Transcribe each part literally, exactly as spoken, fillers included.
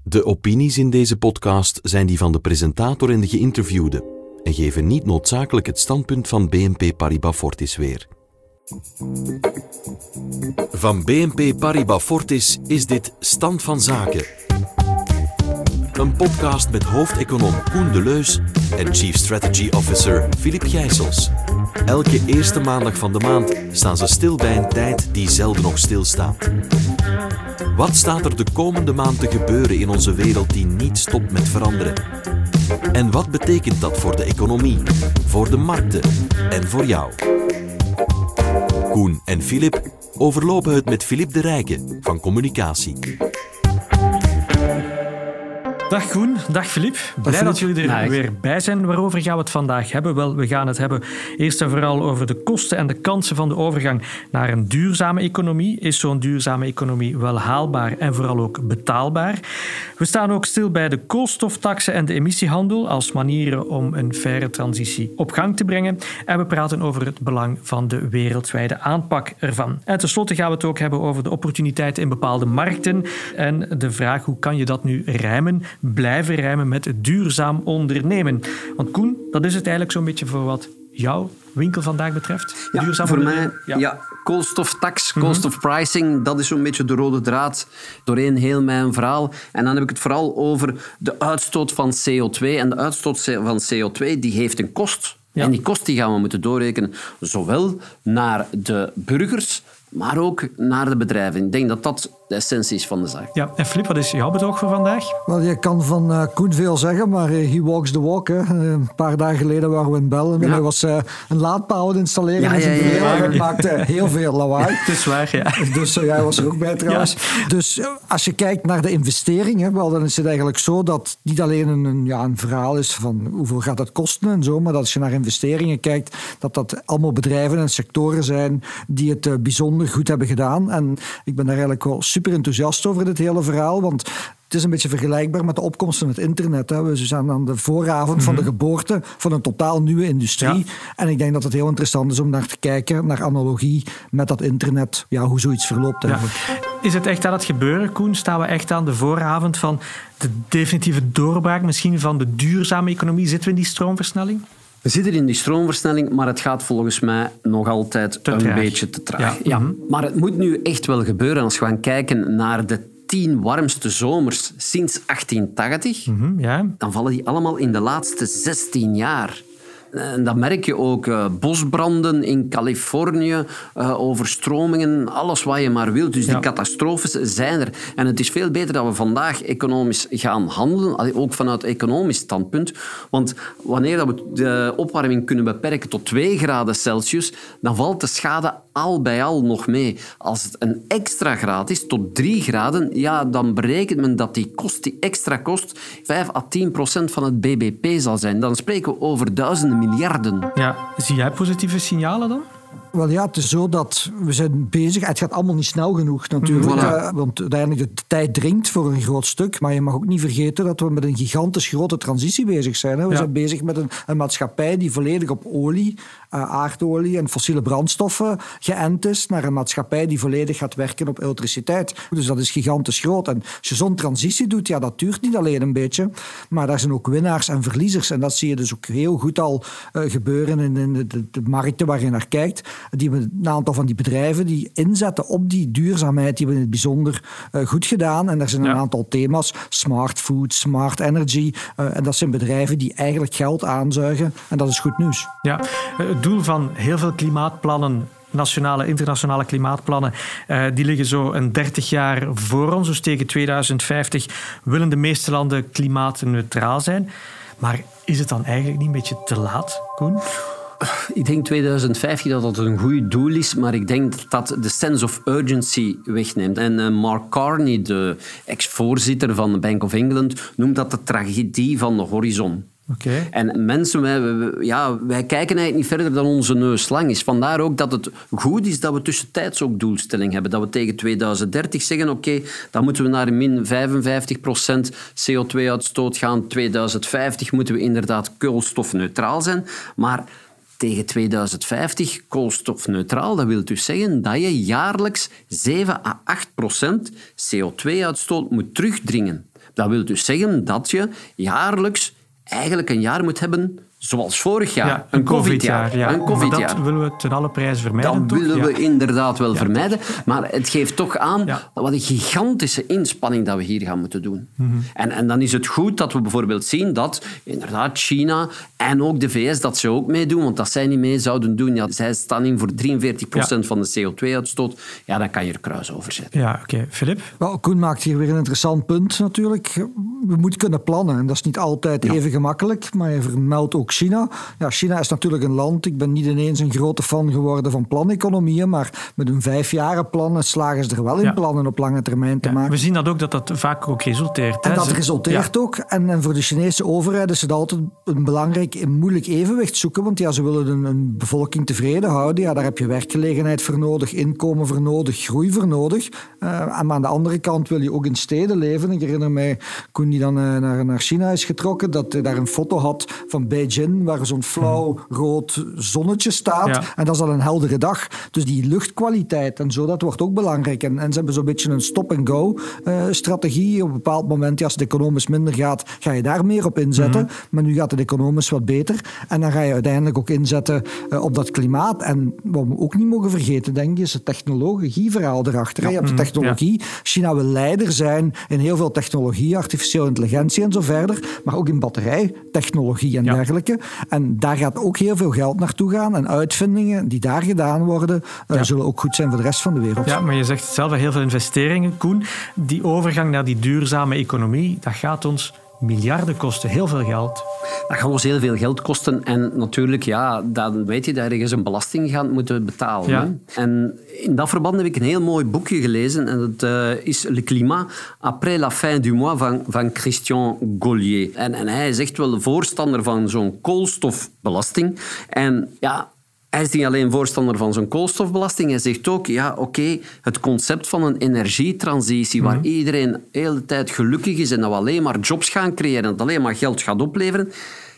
De opinies in deze podcast zijn die van de presentator en de geïnterviewde en geven niet noodzakelijk het standpunt van B N P Paribas Fortis weer. Van B N P Paribas Fortis is dit Stand van Zaken. Een podcast met hoofdeconoom Koen Deleus en Chief Strategy Officer Filip Gijsels. Elke eerste maandag van de maand staan ze stil bij een tijd die zelden nog stilstaat. Wat staat er de komende maand te gebeuren in onze wereld die niet stopt met veranderen? En wat betekent dat voor de economie, voor de markten en voor jou? Koen en Filip overlopen het met Filip de Rijke van Communicatie. Dag Koen, dag Filip. Blij Filip. dat jullie er Dag. weer bij zijn. Waarover gaan we het vandaag hebben? Wel, we gaan het hebben eerst en vooral over de kosten en de kansen van de overgang naar een duurzame economie. Is zo'n duurzame economie wel haalbaar en vooral ook betaalbaar? We staan ook stil bij de koolstoftaxen en de emissiehandel als manieren om een faire transitie op gang te brengen. En we praten over het belang van de wereldwijde aanpak ervan. En tenslotte gaan we het ook hebben over de opportuniteiten in bepaalde markten en de vraag hoe kan je dat nu rijmen? Blijven rijmen met duurzaam ondernemen. Want Koen, dat is het eigenlijk zo'n beetje voor wat jouw winkel vandaag betreft. Ja, duurzaam voor ondernemen. mij, ja. ja, koolstoftax, koolstofpricing, dat is zo'n beetje de rode draad doorheen heel mijn verhaal. En dan heb ik het vooral over de uitstoot van C O twee. En de uitstoot van C O twee die heeft een kost. Ja. En die kost die gaan we moeten doorrekenen, zowel naar de burgers, maar ook naar de bedrijven. Ik denk dat dat de essentie is van de zaak. Ja, en Filip, wat is jouw betoog voor vandaag? Wel, je kan van uh, Koen veel zeggen, maar uh, he walks the walk. Hè. Uh, een paar dagen geleden waren we in België en Ja. hij was uh, een laadpaal aan het installeren Ja, in zijn ja, ja, ja. bureau. Dat maakte heel veel lawaai. Het is waar, ja. Dus uh, jij was er ook bij trouwens. Dus uh, als je kijkt naar de investeringen, wel, dan is het eigenlijk zo dat het niet alleen een, een, ja, een verhaal is van hoeveel gaat het kosten en zo, maar dat als je naar investeringen kijkt, dat dat allemaal bedrijven en sectoren zijn die het uh, bijzonder goed hebben gedaan. En ik ben daar eigenlijk wel super enthousiast over dit hele verhaal, want het is een beetje vergelijkbaar met de opkomst van het internet. Hè. We zijn aan de vooravond mm-hmm. van de geboorte van een totaal nieuwe industrie. Ja. En ik denk dat het heel interessant is om naar te kijken, naar analogie met dat internet, ja, hoe zoiets verloopt eigenlijk. Ja. Is het echt aan het gebeuren, Koen? Staan we echt aan de vooravond van de definitieve doorbraak, misschien van de duurzame economie? Zitten we in die stroomversnelling? We zitten in die stroomversnelling, maar het gaat volgens mij nog altijd te een traag. beetje te traag. Ja. Ja. Maar het moet nu echt wel gebeuren. Als we gaan kijken naar de tien warmste zomers sinds achttien tachtig, Mm-hmm, ja. dan vallen die allemaal in de laatste zestien jaar. En dat merk je ook. Uh, bosbranden in Californië, uh, overstromingen, alles wat je maar wilt. Dus ja. die catastrofes zijn er. En het is veel beter dat we vandaag economisch gaan handelen, ook vanuit economisch standpunt. Want wanneer we de opwarming kunnen beperken tot twee graden Celsius, dan valt de schade al bij al nog mee. Als het een extra graad is, tot drie graden, ja, dan berekent men dat die kost, die extra kost, vijf à tien procent van het B B P zal zijn. Dan spreken we over duizenden miljarden. Ja. Zie jij positieve signalen dan? Wel ja, het is zo dat we zijn bezig. Het gaat allemaal niet snel genoeg natuurlijk. Voilà. Uh, want uiteindelijk de tijd dringt voor een groot stuk. Maar je mag ook niet vergeten dat we met een gigantisch grote transitie bezig zijn. Hè. We ja. zijn bezig met een, een maatschappij die volledig op olie, uh, aardolie en fossiele brandstoffen geënt is. Naar een maatschappij die volledig gaat werken op elektriciteit. Dus dat is gigantisch groot. En als je zo'n transitie doet, ja, dat duurt niet alleen een beetje. Maar daar zijn ook winnaars en verliezers. En dat zie je dus ook heel goed al uh, gebeuren in, in de, de, de markten waar je naar kijkt. Die, een aantal van die bedrijven die inzetten op die duurzaamheid, die hebben in het bijzonder uh, goed gedaan. En er zijn een ja. aantal thema's, smart food, smart energy. Uh, en dat zijn bedrijven die eigenlijk geld aanzuigen. En dat is goed nieuws. Ja, het doel van heel veel klimaatplannen, nationale, internationale klimaatplannen, uh, die liggen zo een dertig jaar voor ons. Dus tegen tweeduizend vijftig willen de meeste landen klimaatneutraal zijn. Maar is het dan eigenlijk niet een beetje te laat, Koen? Ik denk tweeduizend vijftig dat dat een goed doel is, maar ik denk dat de sense of urgency wegneemt. En uh, Mark Carney, de ex-voorzitter van de Bank of England, noemt dat de tragedie van de horizon. Okay. En mensen, wij, wij, ja, wij kijken eigenlijk niet verder dan onze neus lang is. Vandaar ook dat het goed is dat we tussentijds ook doelstelling hebben. Dat we tegen tweeduizend dertig zeggen, oké, okay, dan moeten we naar min vijfenvijftig procent C O twee uitstoot gaan. tweeduizend vijftig moeten we inderdaad koolstofneutraal zijn. Maar tegen tweeduizend vijftig koolstofneutraal, dat wil dus zeggen dat je jaarlijks zeven à acht procent C O twee uitstoot moet terugdringen. Dat wil dus zeggen dat je jaarlijks eigenlijk een jaar moet hebben zoals vorig jaar. Ja, een COVID-jaar. Ja. Een COVID-jaar. Dat willen we ten alle prijzen vermijden. Dat toch? willen we ja. inderdaad wel ja, vermijden. Maar het geeft toch aan ja. wat een gigantische inspanning dat we hier gaan moeten doen. Mm-hmm. En, en dan is het goed dat we bijvoorbeeld zien dat inderdaad China en ook de V S dat ze ook meedoen. Want als zij niet mee zouden doen, ja, zij staan in voor drieënveertig procent ja. van de C O twee uitstoot. Ja, dan kan je er kruis over zetten. Ja, oké. Okay. Filip? Well, Koen maakt hier weer een interessant punt natuurlijk. We moeten kunnen plannen. En dat is niet altijd ja. even gemakkelijk. Maar je vermeldt ook China. Ja, China is natuurlijk een land. Ik ben niet ineens een grote fan geworden van planeconomieën, maar met een vijfjarenplan slagen ze er wel in ja. plannen op lange termijn te ja, maken. We zien dat ook, dat dat vaak ook resulteert. En hè? dat resulteert ja. ook. En, en voor de Chinese overheid is het altijd een belangrijk en moeilijk evenwicht zoeken, want ja, ze willen een, een bevolking tevreden houden. Ja, daar heb je werkgelegenheid voor nodig, inkomen voor nodig, groei voor nodig. Uh, en aan de andere kant wil je ook in steden leven. Ik herinner mij, Koen die dan uh, naar, naar China is getrokken, dat hij daar een foto had van Beijing, waar zo'n flauw rood zonnetje staat. Ja. En dat is al een heldere dag. Dus die luchtkwaliteit en zo, dat wordt ook belangrijk. En, en ze hebben zo'n beetje een stop-and-go-strategie. Uh, op een bepaald moment, ja, als het economisch minder gaat, ga je daar meer op inzetten. Mm-hmm. Maar nu gaat het economisch wat beter. En dan ga je uiteindelijk ook inzetten uh, op dat klimaat. En wat we ook niet mogen vergeten, denk ik, is het technologieverhaal erachter. Ja. Je hebt de technologie. Ja. China wil leider zijn in heel veel technologie, artificiële intelligentie en zo verder. Maar ook in batterijtechnologie en ja. dergelijke. En daar gaat ook heel veel geld naartoe gaan. En uitvindingen die daar gedaan worden, uh, ja. zullen ook goed zijn voor de rest van de wereld. Ja, maar je zegt het zelf, heel veel investeringen, Koen. Die overgang naar die duurzame economie, dat gaat ons miljarden kosten, heel veel geld. Dat gaat ons heel veel geld kosten. En natuurlijk, ja, dan weet je dat je ergens een belasting gaat moeten betalen. Ja. En in dat verband heb ik een heel mooi boekje gelezen. En dat uh, is Le Climat après la fin du mois van, van Christian Gollier. En, en hij is echt wel de voorstander van zo'n koolstofbelasting. En ja... Hij is niet alleen voorstander van zo'n koolstofbelasting. Hij zegt ook, ja, oké, okay, het concept van een energietransitie waar mm-hmm. iedereen de hele tijd gelukkig is en dat we alleen maar jobs gaan creëren en dat alleen maar geld gaat opleveren.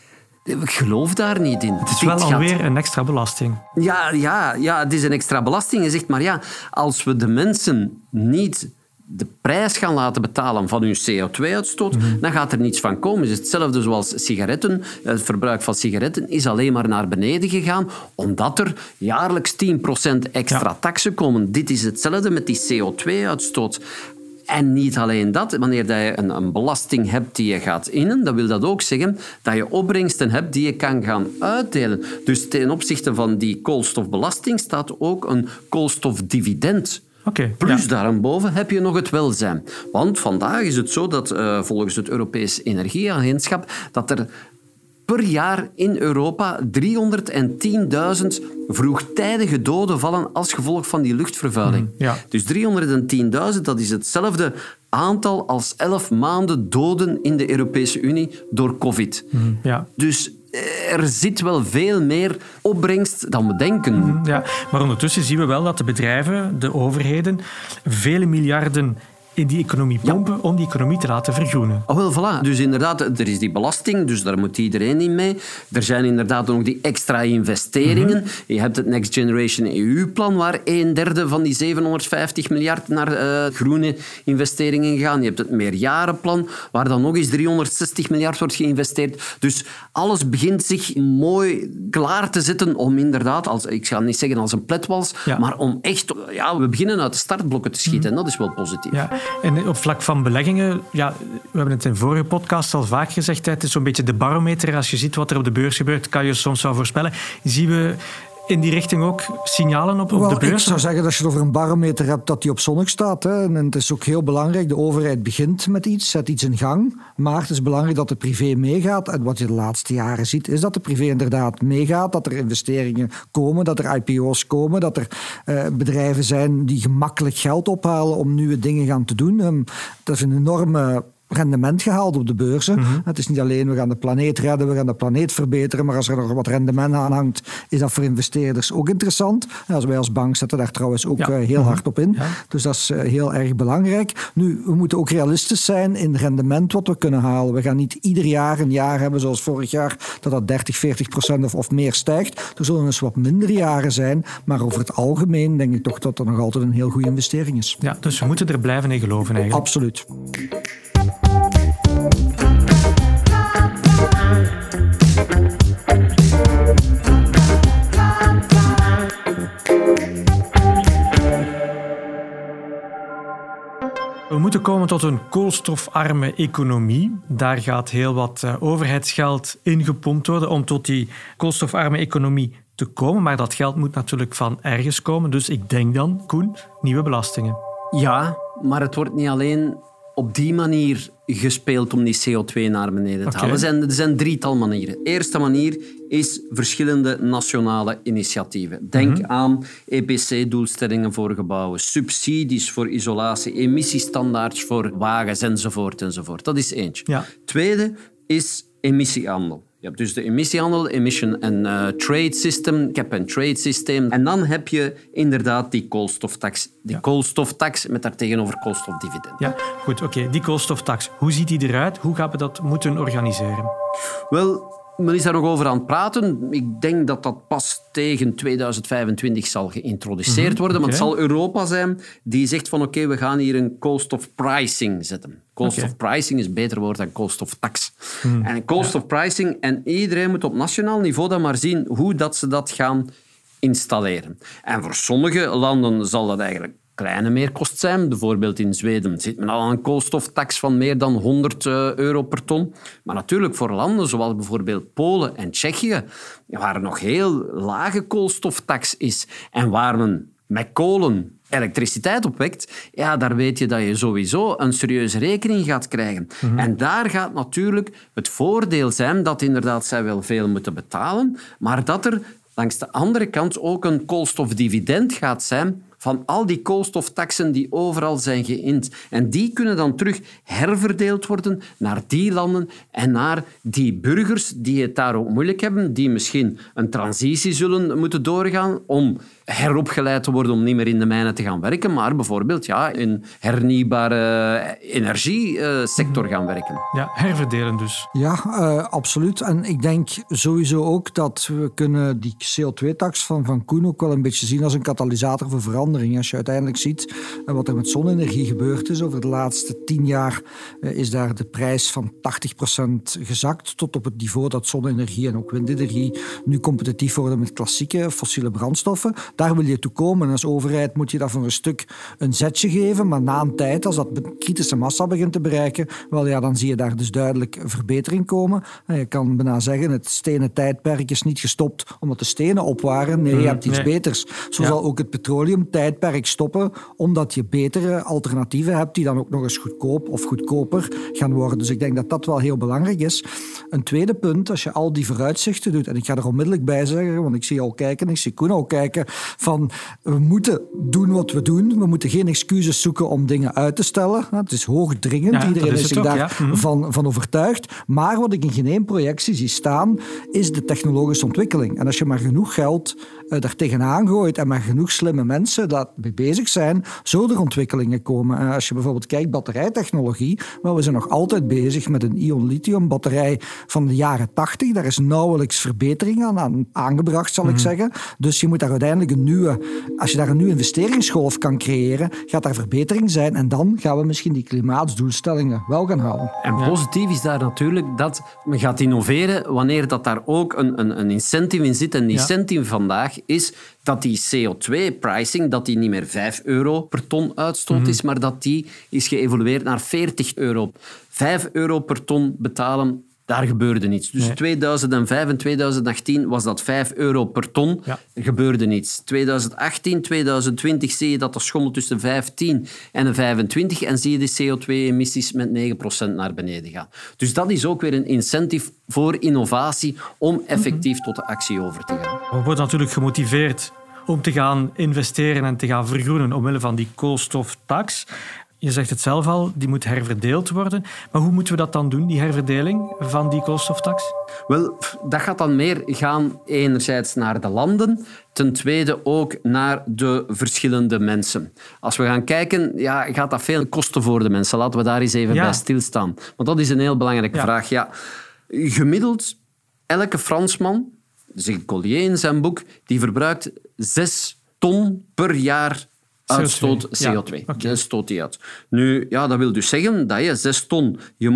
Ik geloof daar niet in. Het is wel Dit alweer gaat... een extra belasting. Ja, ja, ja, het is een extra belasting. Hij zegt, maar ja, als we de mensen niet de prijs gaan laten betalen van hun C O twee uitstoot, mm-hmm. dan gaat er niets van komen. Het is hetzelfde zoals sigaretten. Het verbruik van sigaretten is alleen maar naar beneden gegaan, omdat er jaarlijks tien procent extra ja. taxen komen. Dit is hetzelfde met die C O twee uitstoot. En niet alleen dat, wanneer je een, een belasting hebt die je gaat innen, dan wil dat ook zeggen dat je opbrengsten hebt die je kan gaan uitdelen. Dus ten opzichte van die koolstofbelasting staat ook een koolstofdividend. Okay, Plus ja. daarboven heb je nog het welzijn. Want vandaag is het zo dat uh, volgens het Europees Energieagentschap dat er per jaar in Europa driehonderdtienduizend vroegtijdige doden vallen als gevolg van die luchtvervuiling. Mm, ja. Dus driehonderdtienduizend, dat is hetzelfde aantal als elf maanden doden in de Europese Unie door COVID. Mm, ja. Dus er zit wel veel meer opbrengst dan we denken. Mm, ja. Maar ondertussen zien we wel dat de bedrijven, de overheden, vele miljarden in die economie pompen ja. om die economie te laten vergroenen. Oh, wel, voilà. Dus inderdaad, er is die belasting, dus daar moet iedereen in mee. Er zijn inderdaad nog die extra investeringen. Mm-hmm. Je hebt het Next Generation E U-plan, waar een derde van die zevenhonderdvijftig miljard naar uh, groene investeringen gaan. Je hebt het meerjarenplan, waar dan nog eens driehonderdzestig miljard wordt geïnvesteerd. Dus alles begint zich mooi klaar te zetten om inderdaad, als, ik ga niet zeggen als een pletwals, ja. maar om echt... Ja, we beginnen uit de startblokken te schieten. Mm-hmm. En dat is wel positief. Ja. En op vlak van beleggingen, ja, we hebben het in vorige podcast al vaak gezegd, het is zo'n beetje de barometer. Als je ziet wat er op de beurs gebeurt, kan je soms wel voorspellen. Zien we in die richting ook signalen op, op well, de beurs? Ik zou zeggen dat je over een barometer hebt dat die op zonnig staat. Hè. En het is ook heel belangrijk, de overheid begint met iets, zet iets in gang. Maar het is belangrijk dat de privé meegaat. En wat je de laatste jaren ziet, is dat de privé inderdaad meegaat. Dat er investeringen komen, dat er I P O's komen. Dat er uh, bedrijven zijn die gemakkelijk geld ophalen om nieuwe dingen gaan te doen. Um, dat is een enorme... rendement gehaald op de beurzen. Mm-hmm. Het is niet alleen we gaan de planeet redden, we gaan de planeet verbeteren, maar als er nog wat rendement aan hangt, is dat voor investeerders ook interessant. En als wij als bank zetten daar trouwens ook ja. uh, heel mm-hmm. hard op in. Ja. Dus dat is uh, heel erg belangrijk. Nu, we moeten ook realistisch zijn in rendement wat we kunnen halen. We gaan niet ieder jaar een jaar hebben zoals vorig jaar, dat dat dertig, veertig procent of, of meer stijgt. Er zullen dus wat minder jaren zijn, maar over het algemeen denk ik toch dat dat nog altijd een heel goede investering is. Ja, dus we moeten er blijven in geloven eigenlijk. Absoluut. moeten komen tot een koolstofarme economie. Daar gaat heel wat uh, overheidsgeld ingepompt worden om tot die koolstofarme economie te komen. Maar dat geld moet natuurlijk van ergens komen. Dus ik denk dan, Koen, nieuwe belastingen. Ja, maar het wordt niet alleen op die manier gespeeld om die C O twee naar beneden te Okay. halen. Er zijn, er zijn drietal manieren. De eerste manier is verschillende nationale initiatieven. Denk mm-hmm. aan E P C-doelstellingen voor gebouwen, subsidies voor isolatie, emissiestandaards voor wagens enzovoort. enzovoort. Dat is eentje. Ja. Tweede is emissiehandel. Je hebt dus de emissiehandel, emission and uh, trade system, cap and trade systeem. En dan heb je inderdaad die koolstoftax. Die ja. koolstoftax met daartegenover koolstofdividend. Ja, goed, oké. Okay. Die koolstoftax, hoe ziet die eruit? Hoe gaan we dat moeten organiseren? Wel, men is daar nog over aan het praten. Ik denk dat dat pas tegen tweeduizend vijfentwintig zal geïntroduceerd mm-hmm. worden. Want okay. het zal Europa zijn die zegt van oké, okay, we gaan hier een koolstofpricing zetten. Koolstofpricing okay. is een beter woord dan koolstoftax. Mm. En koolstofpricing, ja. en iedereen moet op nationaal niveau dan maar zien hoe dat ze dat gaan installeren. En voor sommige landen zal dat eigenlijk kleine meerkost zijn. Bijvoorbeeld in Zweden zit men al aan een koolstoftax van meer dan honderd euro per ton. Maar natuurlijk voor landen zoals bijvoorbeeld Polen en Tsjechië, waar er nog heel lage koolstoftax is en waar men met kolen elektriciteit opwekt, ja, daar weet je dat je sowieso een serieuze rekening gaat krijgen. Mm-hmm. En daar gaat natuurlijk het voordeel zijn dat inderdaad zij wel veel moeten betalen, maar dat er langs de andere kant ook een koolstofdividend gaat zijn van al die koolstoftaxen die overal zijn geïnd. En die kunnen dan terug herverdeeld worden naar die landen en naar die burgers die het daar ook moeilijk hebben, die misschien een transitie zullen moeten doorgaan om heropgeleid te worden om niet meer in de mijnen te gaan werken, maar bijvoorbeeld ja, in hernieuwbare energiesector gaan werken. Ja, herverdelen dus. Ja, uh, absoluut. En ik denk sowieso ook dat we kunnen die C O twee tax van, van Koen ook wel een beetje zien als een katalysator voor verandering. Als je uiteindelijk ziet wat er met zonne-energie gebeurd is over de laatste tien jaar, uh, is daar de prijs van tachtig procent gezakt tot op het niveau dat zonne-energie en ook windenergie nu competitief worden met klassieke fossiele brandstoffen. Daar wil je toe komen. En als overheid moet je dat voor een stuk een zetje geven. Maar na een tijd, als dat kritische massa begint te bereiken, wel ja, dan zie je daar dus duidelijk verbetering komen. En je kan bijna zeggen, het stenen tijdperk is niet gestopt omdat de stenen op waren. Nee, je hebt iets nee. beters. Zo ja. zal ook het petroleumtijdperk stoppen omdat je betere alternatieven hebt die dan ook nog eens goedkoop of goedkoper gaan worden. Dus ik denk dat dat wel heel belangrijk is. Een tweede punt, als je al die vooruitzichten doet, en ik ga er onmiddellijk bij zeggen, want ik zie al kijken, ik zie Koen al kijken, van we moeten doen wat we doen. We moeten geen excuses zoeken om dingen uit te stellen. Het is hoogdringend. Ja, Iedereen is, is zich ook, daarvan ja. mm-hmm. van overtuigd. Maar wat ik in geen één projectie zie staan, is de technologische ontwikkeling. En als je maar genoeg geld uh, daar tegenaan gooit en maar genoeg slimme mensen daar mee bezig zijn, zullen er ontwikkelingen komen. En als je bijvoorbeeld kijkt, batterijtechnologie, wel, we zijn nog altijd bezig met een ion-lithium batterij van de jaren tachtig. Daar is nauwelijks verbetering aan, aan aangebracht, zal mm-hmm. ik zeggen. Dus je moet daar uiteindelijk een nieuwe, als je daar een nieuwe investeringsgolf kan creëren, gaat daar verbetering zijn en dan gaan we misschien die klimaatsdoelstellingen wel gaan halen. En positief is daar natuurlijk dat men gaat innoveren wanneer dat daar ook een, een, een incentive in zit. En die ja. incentive vandaag is dat die C O twee pricing dat die niet meer vijf euro per ton uitstoot mm-hmm. is, maar dat die is geëvolueerd naar veertig euro. vijf euro per ton betalen, daar gebeurde niets. Dus nee. tweeduizend vijf en tweeduizend achttien was dat vijf euro per ton. Ja. Er gebeurde niets. tweeduizend achttien, tweeduizend twintig zie je dat er schommelt tussen vijftien en vijfentwintig en zie je de C O twee emissies met negen procent naar beneden gaan. Dus dat is ook weer een incentive voor innovatie om effectief mm-hmm. tot de actie over te gaan. We worden natuurlijk gemotiveerd om te gaan investeren en te gaan vergroenen omwille van die koolstoftax. Je zegt het zelf al, die moet herverdeeld worden. Maar hoe moeten we dat dan doen, die herverdeling van die koolstoftax? Wel, dat gaat dan meer gaan enerzijds naar de landen, ten tweede ook naar de verschillende mensen. Als we gaan kijken, ja, gaat dat veel kosten voor de mensen? Laten we daar eens even ja. bij stilstaan. Want dat is een heel belangrijke ja. vraag. Ja, gemiddeld, elke Fransman, zegt Collier in zijn boek, die verbruikt zes ton per jaar uitstoot C O twee. Ja, okay. Dat stoot die uit. Nu, ja, dat wil dus zeggen dat je zes ton... Je moet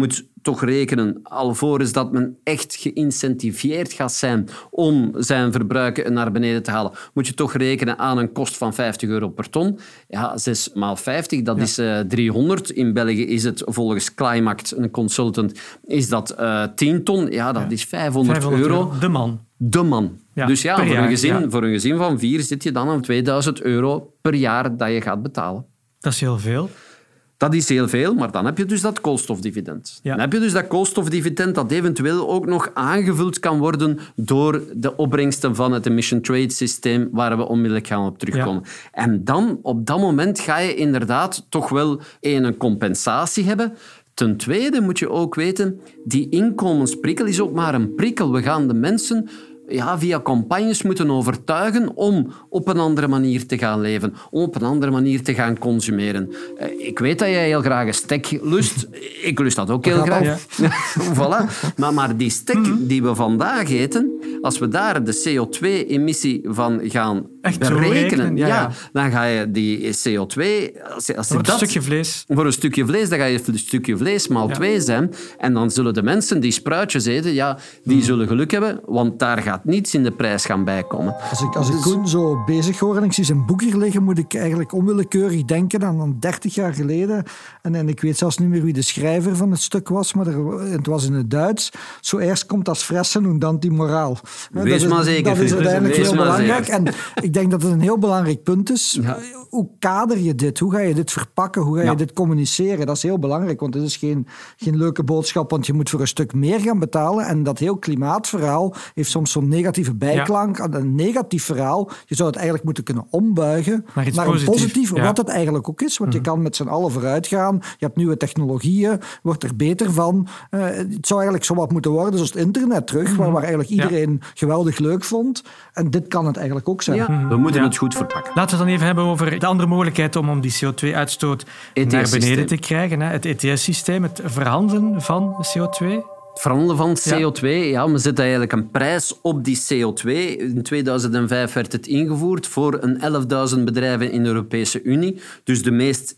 toch rekenen, alvorens dat men echt geïncentiveerd gaat zijn om zijn verbruik naar beneden te halen, moet je toch rekenen aan een kost van vijftig euro per ton. Ja, zes maal vijftig, dat ja. is uh, driehonderd. In België is het volgens Climact, een consultant, is dat uh, tien ton. Ja, dat ja. is vijfhonderd, vijfhonderd euro. De man. De man. Ja, dus ja, voor, jaar, een gezin, ja. voor een gezin van vier zit je dan aan tweeduizend euro per jaar dat je gaat betalen. Dat is heel veel. Dat is heel veel, maar dan heb je dus dat koolstofdividend. Ja. Dan heb je dus dat koolstofdividend dat eventueel ook nog aangevuld kan worden door de opbrengsten van het emission trade systeem waar we onmiddellijk gaan op terugkomen. Ja. En dan, op dat moment, ga je inderdaad toch wel één, een compensatie hebben. Ten tweede moet je ook weten, die inkomensprikkel is ook maar een prikkel. We gaan de mensen ja, via campagnes moeten overtuigen om op een andere manier te gaan leven, om op een andere manier te gaan consumeren. Ik weet dat jij heel graag een steak lust. Ik lust dat ook heel graag. Ja. Voilà. Maar, maar die steak mm-hmm. die we vandaag eten, als we daar de C O twee emissie van gaan Echt berekenen, ja, ja. Ja, dan ga je die C O twee... Als, als voor dat, een stukje vlees. Voor een stukje vlees, dan ga je een stukje vlees maal ja. twee zijn. En dan zullen de mensen die spruitjes eten, ja, die mm. zullen geluk hebben, want daar gaat niets in de prijs gaan bijkomen. Als ik, als ik Koen zo bezig hoor en ik zie zijn boek hier liggen, moet ik eigenlijk onwillekeurig denken aan, aan dertig jaar geleden. En, en ik weet zelfs niet meer wie de schrijver van het stuk was, maar er, het was in het Duits. Zo eerst komt als fressen en dan die moraal. Wees dat maar is, zeker. Dat is uiteindelijk Wees heel belangrijk. Zeker. En ik denk dat het een heel belangrijk punt is. Ja. Hoe kader je dit? Hoe ga je dit verpakken? Hoe ga je ja. dit communiceren? Dat is heel belangrijk, want dit is geen, geen leuke boodschap, want je moet voor een stuk meer gaan betalen. En dat heel klimaatverhaal heeft soms zo'n negatieve bijklank. Ja. Een negatief verhaal, je zou het eigenlijk moeten kunnen ombuigen naar, naar een positief, ja. wat het eigenlijk ook is. Want mm. je kan met z'n allen vooruit gaan. Je hebt nieuwe technologieën, wordt er beter van. Uh, het zou eigenlijk zo wat moeten worden zoals het internet terug, mm. waar, waar eigenlijk iedereen ja. geweldig leuk vond. En dit kan het eigenlijk ook zijn. Ja. Mm. We moeten ja. het goed verpakken. Laten we dan even hebben over de andere mogelijkheid om, om die C O twee uitstoot naar beneden te krijgen. Hè? Het E T S-systeem, het verhandelen van C O twee. Het verhandelen van C O twee, ja. ja, we zetten eigenlijk een prijs op die C O twee. In tweeduizend vijf werd het ingevoerd voor een elfduizend bedrijven in de Europese Unie. Dus de meest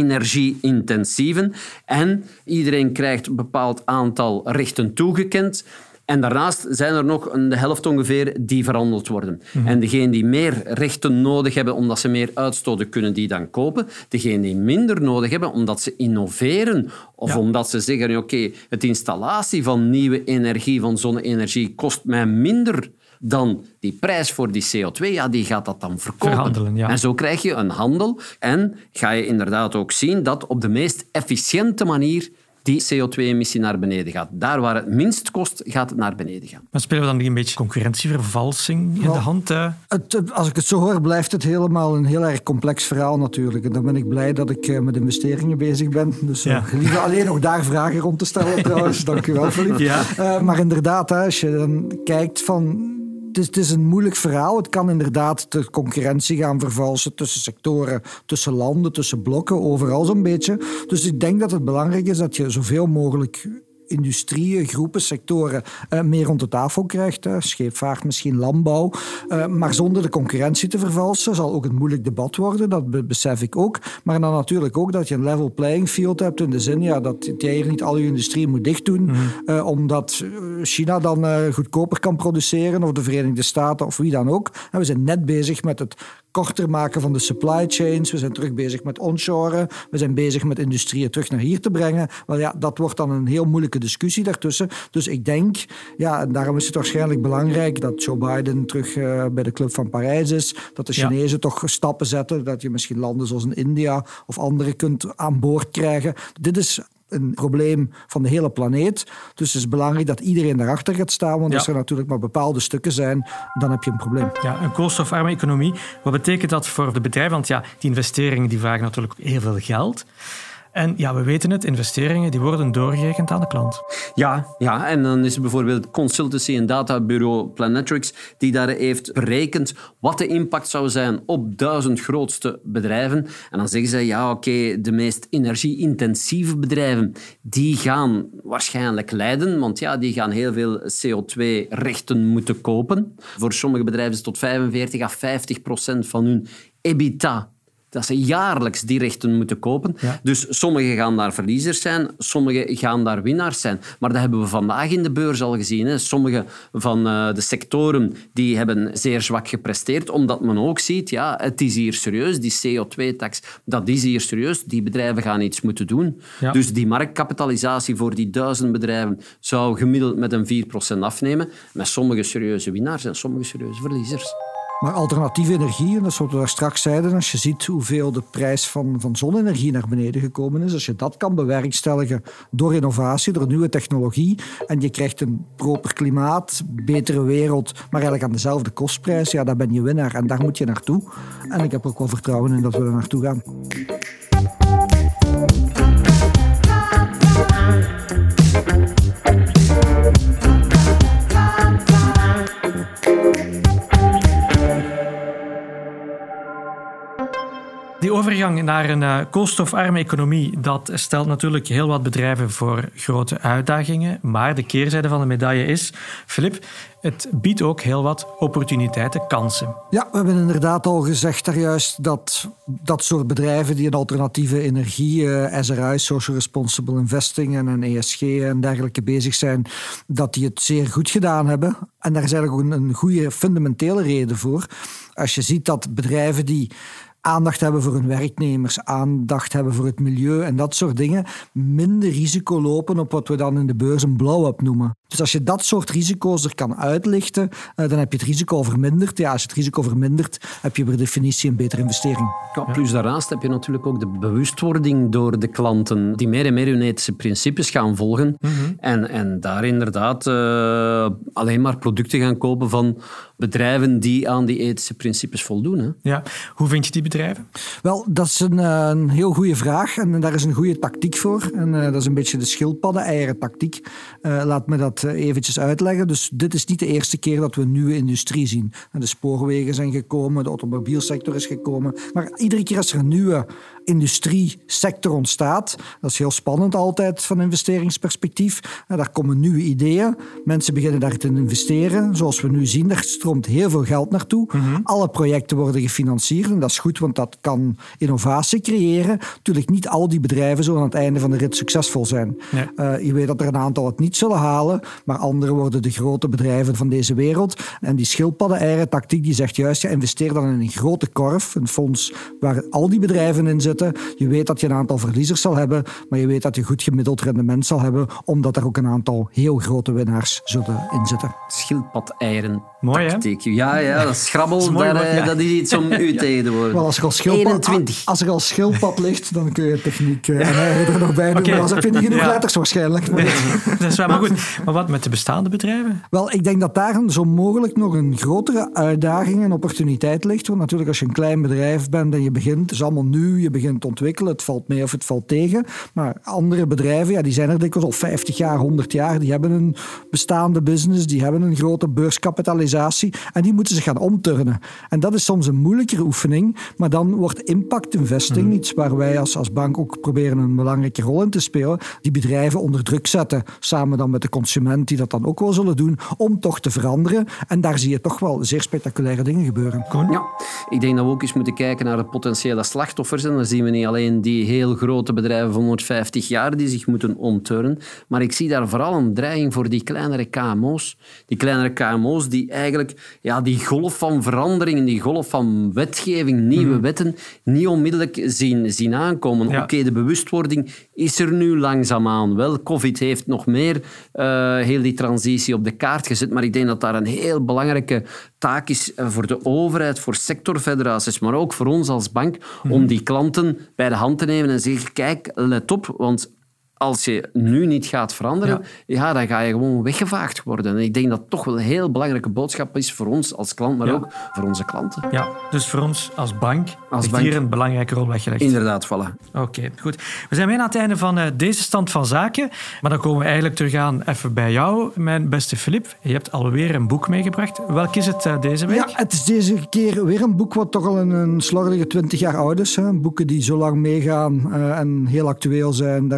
energie-intensieven. En iedereen krijgt een bepaald aantal rechten toegekend. En daarnaast zijn er nog de helft ongeveer die verhandeld worden. Mm-hmm. En degenen die meer rechten nodig hebben omdat ze meer uitstoten, kunnen die dan kopen. Degenen die minder nodig hebben omdat ze innoveren of ja. omdat ze zeggen, oké, okay, het installatie van nieuwe energie, van zonne-energie, kost mij minder dan die prijs voor die C O twee, ja, die gaat dat dan verkopen. Verhandelen, ja. En zo krijg je een handel en ga je inderdaad ook zien dat op de meest efficiënte manier die C O twee emissie naar beneden gaat. Daar waar het minst kost, gaat het naar beneden gaan. Maar spelen we dan niet een beetje concurrentievervalsing in nou, de hand? Uh? Het, als ik het zo hoor, blijft het helemaal een heel erg complex verhaal natuurlijk. En dan ben ik blij dat ik uh, met investeringen bezig ben. Dus uh, ja. gelieve alleen nog daar vragen rond te stellen trouwens. Dank u wel, Philippe. Ja. Uh, maar inderdaad, hè, als je dan kijkt van... Het is, het is een moeilijk verhaal. Het kan inderdaad de concurrentie gaan vervalsen tussen sectoren, tussen landen, tussen blokken, overal zo'n beetje. Dus ik denk dat het belangrijk is dat je zoveel mogelijk industrieën, groepen, sectoren uh, meer rond de tafel krijgt. Uh, scheepvaart, misschien landbouw. Uh, maar zonder de concurrentie te vervalsen zal ook een moeilijk debat worden. Dat be- besef ik ook. Maar dan natuurlijk ook dat je een level playing field hebt in de zin ja, dat jij hier niet al je industrie moet dicht doen mm-hmm. uh, omdat China dan uh, goedkoper kan produceren of de Verenigde Staten of wie dan ook. En we zijn net bezig met het korter maken van de supply chains. We zijn terug bezig met onshoren. We zijn bezig met industrieën terug naar hier te brengen. Wel ja, dat wordt dan een heel moeilijke discussie daartussen. Dus ik denk, ja, en daarom is het waarschijnlijk belangrijk dat Joe Biden terug uh, bij de Club van Parijs is. Dat de Chinezen ja. toch stappen zetten. Dat je misschien landen zoals in India of andere kunt aan boord krijgen. Dit is een probleem van de hele planeet. Dus het is belangrijk dat iedereen daarachter gaat staan. Want ja. als er natuurlijk maar bepaalde stukken zijn, dan heb je een probleem. Ja, een koolstofarme economie. Wat betekent dat voor de bedrijven? Want ja, die investeringen die vragen natuurlijk heel veel geld. En ja, we weten het, investeringen die worden doorgerekend aan de klant. Ja, ja, en dan is er bijvoorbeeld consultancy en databureau Planetrix die daar heeft berekend wat de impact zou zijn op duizend grootste bedrijven. En dan zeggen ze, ja, oké, okay, de meest energie-intensieve bedrijven die gaan waarschijnlijk lijden, want ja, die gaan heel veel C O twee rechten moeten kopen. Voor sommige bedrijven is het tot vijfenveertig à vijftig procent van hun EBITDA dat ze jaarlijks die rechten moeten kopen. Ja. Dus sommigen gaan daar verliezers zijn, sommigen gaan daar winnaars zijn. Maar dat hebben we vandaag in de beurs al gezien. Hè. Sommige van uh, de sectoren die hebben zeer zwak gepresteerd, omdat men ook ziet, ja, het is hier serieus, die C O twee tax, dat is hier serieus, die bedrijven gaan iets moeten doen. Ja. Dus die marktkapitalisatie voor die duizend bedrijven zou gemiddeld met een vier procent afnemen, met sommige serieuze winnaars en sommige serieuze verliezers. Maar alternatieve energie, en dat is wat we daar straks zeiden, als je ziet hoeveel de prijs van, van zonne-energie naar beneden gekomen is, als je dat kan bewerkstelligen door innovatie, door nieuwe technologie, en je krijgt een proper klimaat, betere wereld, maar eigenlijk aan dezelfde kostprijs, ja, dan ben je winnaar. En daar moet je naartoe. En ik heb ook wel vertrouwen in dat we er naartoe gaan. Die overgang naar een uh, koolstofarme economie, dat stelt natuurlijk heel wat bedrijven voor grote uitdagingen. Maar de keerzijde van de medaille is, Filip, het biedt ook heel wat opportuniteiten, kansen. Ja, we hebben inderdaad al gezegd daar juist dat dat soort bedrijven die in alternatieve energie, uh, S R I, Social Responsible Investing en een E S G en dergelijke bezig zijn, dat die het zeer goed gedaan hebben. En daar is eigenlijk ook een, een goede fundamentele reden voor. Als je ziet dat bedrijven die aandacht hebben voor hun werknemers, aandacht hebben voor het milieu en dat soort dingen, minder risico lopen op wat we dan in de beurs een blow-up noemen. Dus als je dat soort risico's er kan uitlichten, dan heb je het risico verminderd. Ja, als je het risico vermindert, heb je per definitie een betere investering. Ja, plus daarnaast heb je natuurlijk ook de bewustwording door de klanten die meer en meer hun ethische principes gaan volgen mm-hmm. en, en daar inderdaad uh, alleen maar producten gaan kopen van bedrijven die aan die ethische principes voldoen. Hè. Ja. Hoe vind je die bedrijven? Wel, dat is een, een heel goede vraag en daar is een goede tactiek voor. En uh, dat is een beetje de schildpadden-eieren-tactiek. Uh, laat me dat uh, eventjes uitleggen. Dus dit is niet de eerste keer dat we een nieuwe industrie zien. De spoorwegen zijn gekomen, de automobielsector is gekomen. Maar iedere keer als er een nieuwe industriesector ontstaat, dat is heel spannend altijd van investeringsperspectief. Uh, daar komen nieuwe ideeën. Mensen beginnen daar te investeren. Zoals we nu zien, daar stroomt heel veel geld naartoe. Mm-hmm. Alle projecten worden gefinancierd en dat is goed, want dat kan innovatie creëren. Natuurlijk niet al die bedrijven zullen aan het einde van de rit succesvol zijn. Nee. Uh, je weet dat er een aantal het niet zullen halen, maar anderen worden de grote bedrijven van deze wereld. En die schildpadden-eieren-tactiek die zegt juist, ja, investeer dan in een grote korf, een fonds waar al die bedrijven in zitten. Je weet dat je een aantal verliezers zal hebben, maar je weet dat je goed gemiddeld rendement zal hebben, omdat er ook een aantal heel grote winnaars zullen inzitten. Schildpad-eieren. Mooi, hè? Ja, ja, dat is schrabbel, dat is, mooi, daar, ja. Dat is iets om u ja. tegen te worden. Wel, als er al schildpad, als er al schildpad ligt, dan kun je techniek uh, en eieren er nog bij doen. Okay. Maar als heb je niet genoeg ja. letters waarschijnlijk. Nee, dat is wel maar goed. Maar wat met de bestaande bedrijven? Wel, ik denk dat daar zo mogelijk nog een grotere uitdaging en opportuniteit ligt. Want natuurlijk, als je een klein bedrijf bent en je begint, het is allemaal nieuw, je begint te ontwikkelen, het valt mee of het valt tegen. Maar andere bedrijven, ja, die zijn er dikwijls al vijftig jaar, honderd jaar, die hebben een bestaande business, die hebben een grote beurskapitalisatie en die moeten zich gaan omturnen. En dat is soms een moeilijkere oefening, maar dan wordt impact investing, mm. iets waar wij als, als bank ook proberen een belangrijke rol in te spelen, die bedrijven onder druk zetten, samen dan met de consument die dat dan ook wel zullen doen, om toch te veranderen. En daar zie je toch wel zeer spectaculaire dingen gebeuren. Ja, ik denk dat we ook eens moeten kijken naar de potentiële slachtoffers. En dan zien we niet alleen die heel grote bedrijven van honderdvijftig jaar die zich moeten omturnen, maar ik zie daar vooral een dreiging voor die kleinere K M O's. Die kleinere K M O's die eigenlijk ja, die golf van verandering, die golf van wetgeving, nieuwe mm. wetten, niet onmiddellijk zien, zien aankomen. Ja. Oké, okay, de bewustwording is er nu langzaamaan wel. Covid heeft nog meer uh, heel die transitie op de kaart gezet, maar ik denk dat daar een heel belangrijke taak is voor de overheid, voor sectorfederaties, maar ook voor ons als bank, mm. om die klanten bij de hand te nemen en zeggen, kijk, let op, want als je nu niet gaat veranderen, ja. ja, dan ga je gewoon weggevaagd worden. En ik denk dat het toch wel een heel belangrijke boodschap is voor ons als klant, maar ja. ook voor onze klanten. Ja, dus voor ons als bank is hier een belangrijke rol weggelegd. Inderdaad, voilà. Oké, okay, goed. We zijn bijna aan het einde van uh, deze stand van zaken, maar dan komen we eigenlijk terug aan even bij jou, mijn beste Filip. Je hebt alweer een boek meegebracht. Welk is het uh, deze week? Ja, het is deze keer weer een boek wat toch al een, een slordige twintig jaar oud is. Hè. Boeken die zo lang meegaan uh, en heel actueel zijn, daar zit dan toch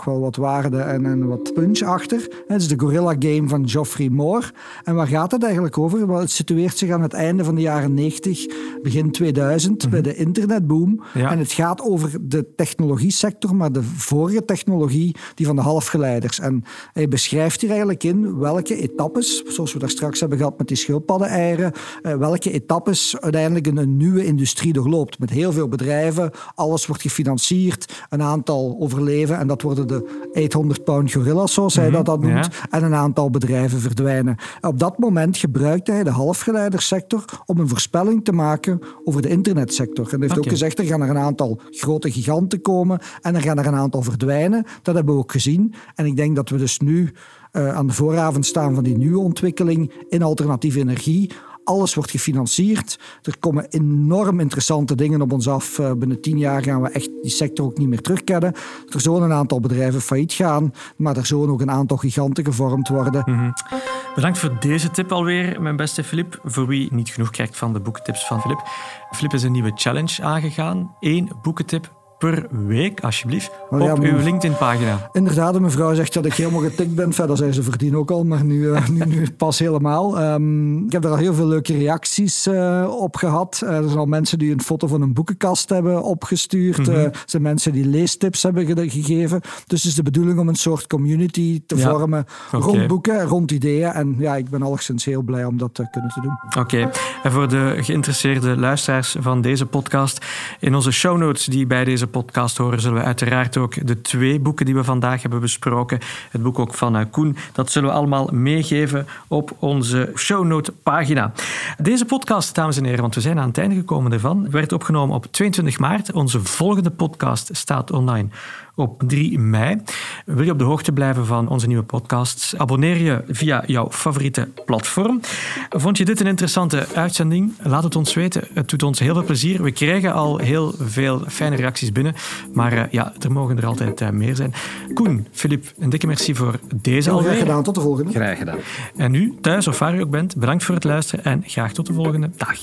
wel wat waarde en, en wat punch achter. Het is de Gorilla Game van Geoffrey Moore. En waar gaat het eigenlijk over? Wel, het situeert zich aan het einde van de jaren negentig, begin tweeduizend, mm-hmm. bij de internetboom. Ja. En het gaat over de technologiesector, maar de vorige technologie, die van de halfgeleiders. En hij beschrijft hier eigenlijk in welke etappes, zoals we daar straks hebben gehad met die schildpaddeneieren, welke etappes uiteindelijk een, een nieuwe industrie doorloopt. Met heel veel bedrijven, alles wordt gefinancierd, een aantal overleven en dat worden de achthonderd pound gorillas, zoals hij mm-hmm. dat, dat noemt. Ja. En een aantal bedrijven verdwijnen. Op dat moment gebruikte hij de halfgeleidersector om een voorspelling te maken over de internetsector. En hij heeft okay. ook gezegd, er gaan er een aantal grote giganten komen en er gaan er een aantal verdwijnen. Dat hebben we ook gezien. En ik denk dat we dus nu uh, aan de vooravond staan van die nieuwe ontwikkeling in alternatieve energie. Alles wordt gefinancierd. Er komen enorm interessante dingen op ons af. Uh, binnen tien jaar gaan we echt die sector ook niet meer terugkennen. Er zullen een aantal bedrijven failliet gaan, maar er zullen ook een aantal giganten gevormd worden. Mm-hmm. Bedankt voor deze tip alweer, mijn beste Filip. Voor wie niet genoeg krijgt van de boekentips van Filip. Filip is een nieuwe challenge aangegaan. Eén boekentip per week, alsjeblieft, op ja, uw LinkedIn-pagina. Inderdaad, mijn vrouw zegt dat ik helemaal getikt ben. Verder zei ze verdien ook al, maar nu, uh, nu, nu pas helemaal. Um, ik heb er al heel veel leuke reacties uh, op gehad. Uh, er zijn al mensen die een foto van een boekenkast hebben opgestuurd. Mm-hmm. Uh, er zijn mensen die leestips hebben ge- gegeven. Dus het is de bedoeling om een soort community te ja. vormen okay. rond boeken, rond ideeën. En ja, ik ben alleszins heel blij om dat te kunnen te doen. Oké. Okay. En voor de geïnteresseerde luisteraars van deze podcast, in onze show notes die bij deze podcast horen, zullen we uiteraard ook de twee boeken die we vandaag hebben besproken, het boek ook van uh, Koen, dat zullen we allemaal meegeven op onze shownote pagina. Deze podcast, dames en heren, want we zijn aan het einde gekomen ervan, werd opgenomen op tweeëntwintig maart. Onze volgende podcast staat online op drie mei. Wil je op de hoogte blijven van onze nieuwe podcasts? Abonneer je via jouw favoriete platform. Vond je dit een interessante uitzending? Laat het ons weten. Het doet ons heel veel plezier. We krijgen al heel veel fijne reacties binnen. Maar uh, ja, er mogen er altijd uh, meer zijn. Koen, Filip, een dikke merci voor deze alweer. Graag gedaan. Tot de volgende. Graag gedaan. En u, thuis of waar u ook bent, bedankt voor het luisteren en graag tot de volgende dag.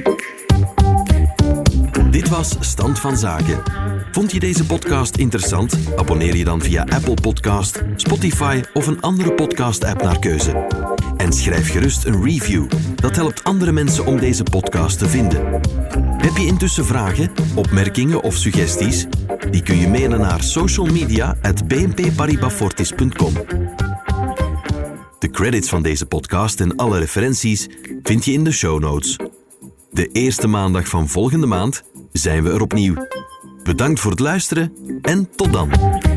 Dit was Stand van Zaken. Vond je deze podcast interessant? Abonneer je dan via Apple Podcast, Spotify of een andere podcast-app naar keuze. En schrijf gerust een review. Dat helpt andere mensen om deze podcast te vinden. Heb je intussen vragen, opmerkingen of suggesties? Die kun je mailen naar socialmedia at b n p paribas fortis punt com. De credits van deze podcast en alle referenties vind je in de show notes. De eerste maandag van volgende maand zijn we er opnieuw. Bedankt voor het luisteren en tot dan.